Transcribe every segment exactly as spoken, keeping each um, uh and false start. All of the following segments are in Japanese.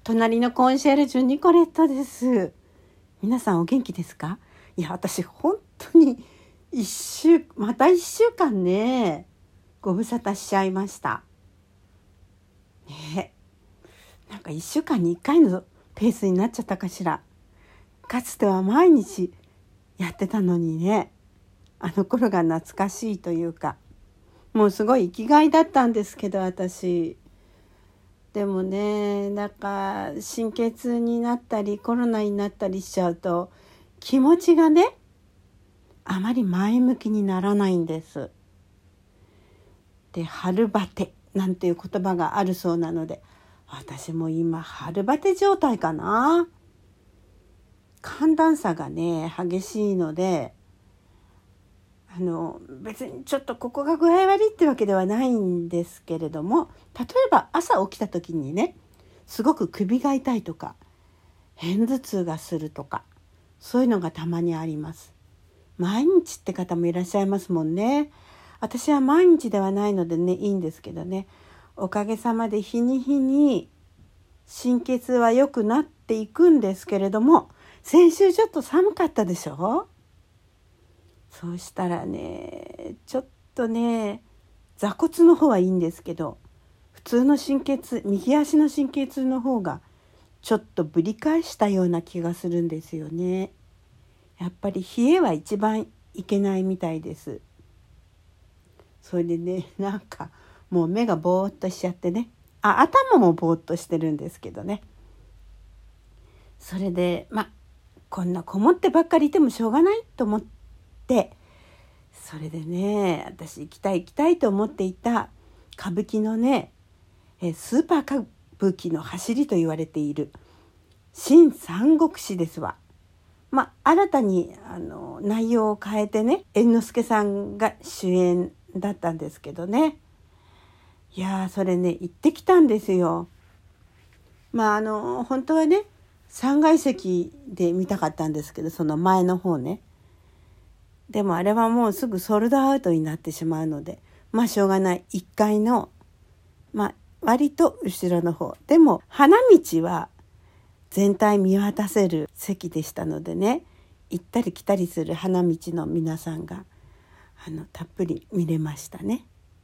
隣のコンシェルジュニコレットです。皆さんお元気ですか？いや、私本当に一週また一週間ねご無沙汰しちゃいましたね。なんか一週間に一回のペースになっちゃったかしら。かつては毎日やってたのにね、あの頃が懐かしいというか、もうすごい生きがいだったんですけど、私でもね、なんか神経痛になったりコロナになったりしちゃうと気持ちがねあまり前向きにならないんです。で、春バテなんていう言葉があるそうなので、私も今春バテ状態かな。寒暖差がね激しいので、あの別にちょっとここが具合悪いってわけではないんですけれども、例えば朝起きた時にねすごく首が痛いとか片頭痛がするとか、そういうのがたまにあります。毎日って方もいらっしゃいますもんね。私は毎日ではないのでねいいんですけどね、おかげさまで日に日に神経痛は良くなっていくんですけれども、先週ちょっと寒かったでしょ。そうしたらねちょっとね座骨の方はいいんですけど、普通の神経痛、右足の神経痛の方がちょっとぶり返したような気がするんですよね。やっぱり冷えは一番いけないみたいです。それでね、なんかもう目がぼーっとしちゃってね、あ、頭もぼーっとしてるんですけどね。それでまあこんなこもってばっかりいてもしょうがないと思って、それでね、私行きたい行きたいと思っていた歌舞伎のね、えスーパー歌舞伎の走りと言われている新三国志ですわ。まあ新たにあの内容を変えてね、猿之助さんが主演だったんですけどね、いやそれね行ってきたんですよ。まああの本当はねさんがい席で見たかったんですけど、その前の方ね、でもあれはもうすぐソールドアウトになってしまうので、まあしょうがないいっかいのまあ割と後ろの方でも花道は全体見渡せる席でしたのでね、行ったり来たりする花道の皆さんがあのたっぷり見れましたね。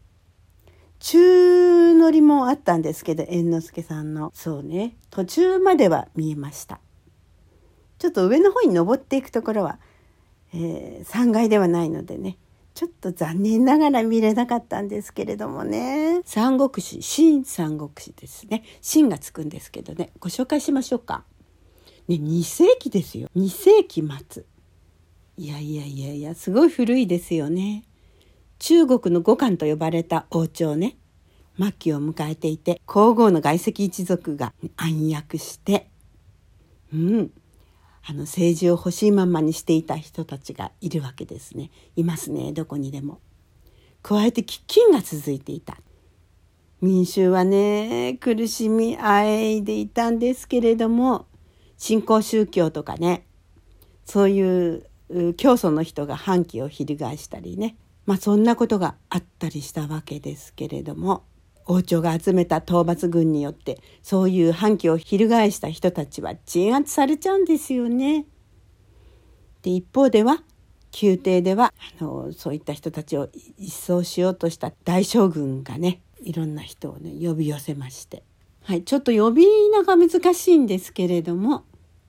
中乗りもあったんですけど、猿之助さんのそうね途中までは見えました。ちょっと上の方に登っていくところは、えー、さんがいではないのでね、ちょっと残念ながら見れなかったんですけれどもね。三国志、新三国志ですね。新がつくんですけどね、ご紹介しましょうか。ね、に世紀ですよ。に世紀末。いやいやいやいや、すごい古いですよね。中国の五漢と呼ばれた王朝ね、末期を迎えていて、皇后の外戚一族が暗躍して、うん、あの政治を欲しいままにしていた人たちがいるわけですね。いますね、どこにでも。加えて飢饉が続いていた。民衆はね苦しみあえいでいたんですけれども、新興宗教とかね、そういう教祖の人が反旗を翻したりね、まあそんなことがあったりしたわけですけれども、王朝が集めた討伐軍によってそういう反旗を翻した人たちは鎮圧されちゃうんですよね。で一方では宮廷ではあのそういった人たちを一掃しようとした大将軍がね、いろんな人をね呼び寄せまして、はい、ちょっと呼び名が難しいんですけれども、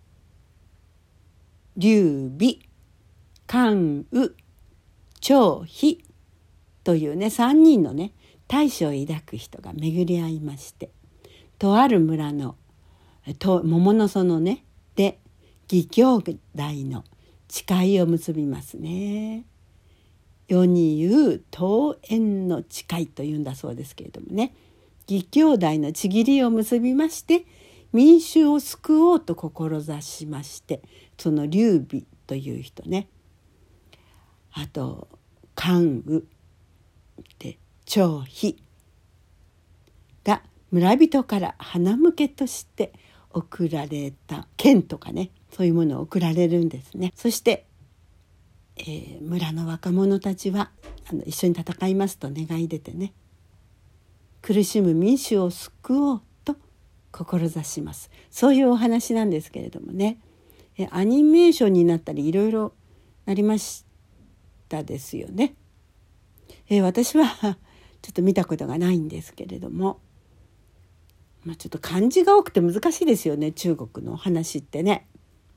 劉備、関羽、張飛というねさんにんのね大志を抱く人が巡り合いまして、とある村のと桃の園ねで義兄弟の誓いを結びますね。世に言う桃園の誓いというんだそうですけれどもね、義兄弟の契りを結びまして民衆を救おうと志しまして、その劉備という人ね、あと関羽で張飛が村人から花向けとして贈られた剣とかね、そういうものを贈られるんですね。そして、えー、村の若者たちはあの一緒に戦いますと願い出てね、苦しむ民衆を救おうと志します。そういうお話なんですけれどもね、えアニメーションになったりいろいろなりましたですよね。え私はちょっと見たことがないんですけれども、まあ、ちょっと漢字が多くて難しいですよね、中国の話ってね。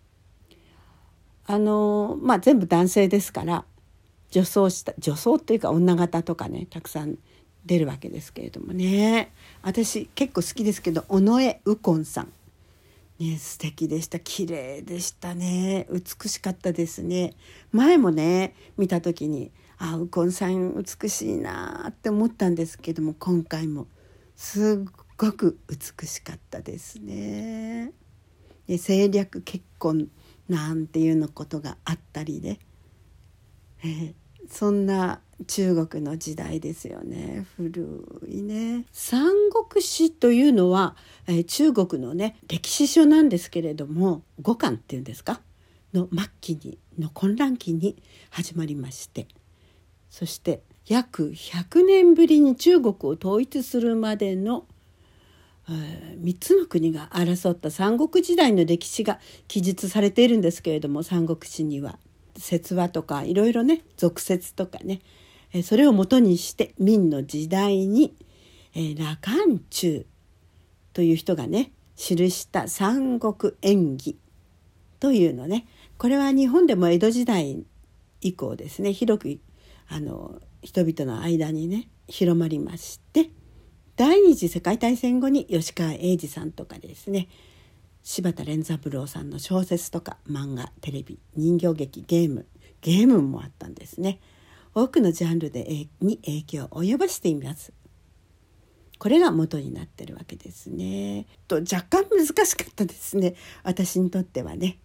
あのまあ全部男性ですから女装した女装っていうか女型とかねたくさん出るわけですけれどもね。私結構好きですけど尾上右近さんね、素敵でした。綺麗でしたね。美しかったですね。前もね見た時にあ右近さん美しいなって思ったんですけども、今回もすっごく美しかったですね。で政略結婚なんていうのことがあったりで、えー、そんな中国の時代ですよね。古いね。三国志というのは、えー、中国のね歴史書なんですけれども、五漢っていうんですかの末期にの混乱期に始まりまして、そして約ひゃくねんぶりに中国を統一するまでのみっつの国が争った三国時代の歴史が記述されているんですけれども、三国志には説話とかいろいろね俗説とかね、それをもとにして明の時代に羅漢中という人がね記した三国演義というのね、これは日本でも江戸時代以降ですね広くあの人々の間にね広まりまして、第二次世界大戦後に吉川英治さんとかですね柴田錬三郎さんの小説とか漫画、テレビ、人形劇、ゲームゲームもあったんですね。多くのジャンルでに影響を及ぼしています。これが元になってるわけですね。と若干難しかったですね、私にとってはね。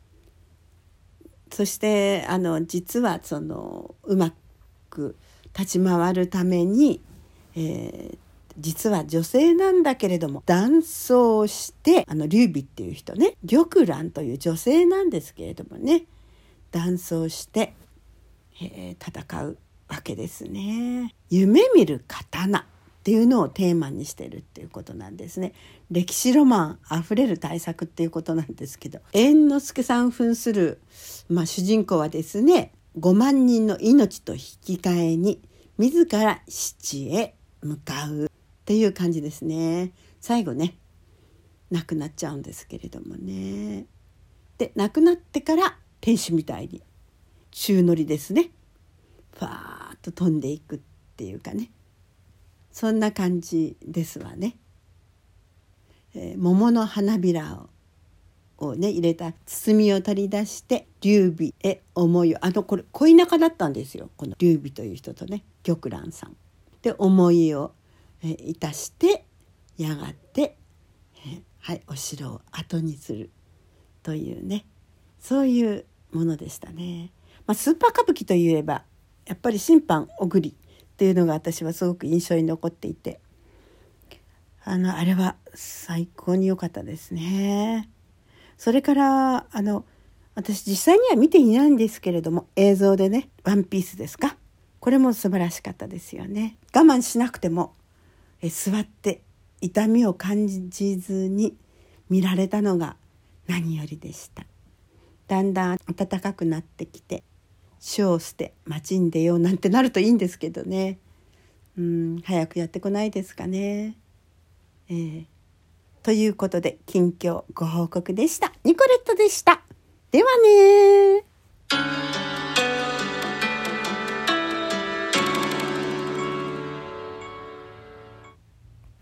そしてあの実はそのうまく立ち回るために、えー、実は女性なんだけれども男装してあの劉備っていう人ね、玉蘭という女性なんですけれどもね男装して、えー、戦うわけですね。夢見る刀っていうのをテーマにしてるっていうことなんですね。歴史ロマンあふれる大作っていうことなんですけど、猿之助さん扮する、まあ、主人公はですねごまんにんの命と引き換えに自ら死地へ向かうっていう感じですね。最後ね亡くなっちゃうんですけれどもね。で亡くなってから天使みたいに宙乗りですねファーッと飛んでいくっていうかね、そんな感じですわね。えー、桃の花びらををね入れた包みを取り出して劉備へ思いを、あのこれ恋仲だったんですよ、この劉備という人とね玉蘭さんで思いを、えー、いたしてやがて、えー、はいお城を後にするというね、そういうものでしたね。まあ、スーパー歌舞伎といえばやっぱり審判小栗っていうのが私はすごく印象に残っていて、あのあれは最高に良かったですね。それからあの私実際には見ていないんですけれども映像でねワンピースですか、これも素晴らしかったですよね。我慢しなくてもえ座って痛みを感じずに見られたのが何よりでした。だんだん暖かくなってきて書を捨て街に出ようなんてなるといいんですけどね、うん早くやってこないですかね。えー、ということで近況ご報告でした。ニコレットでした。ではね。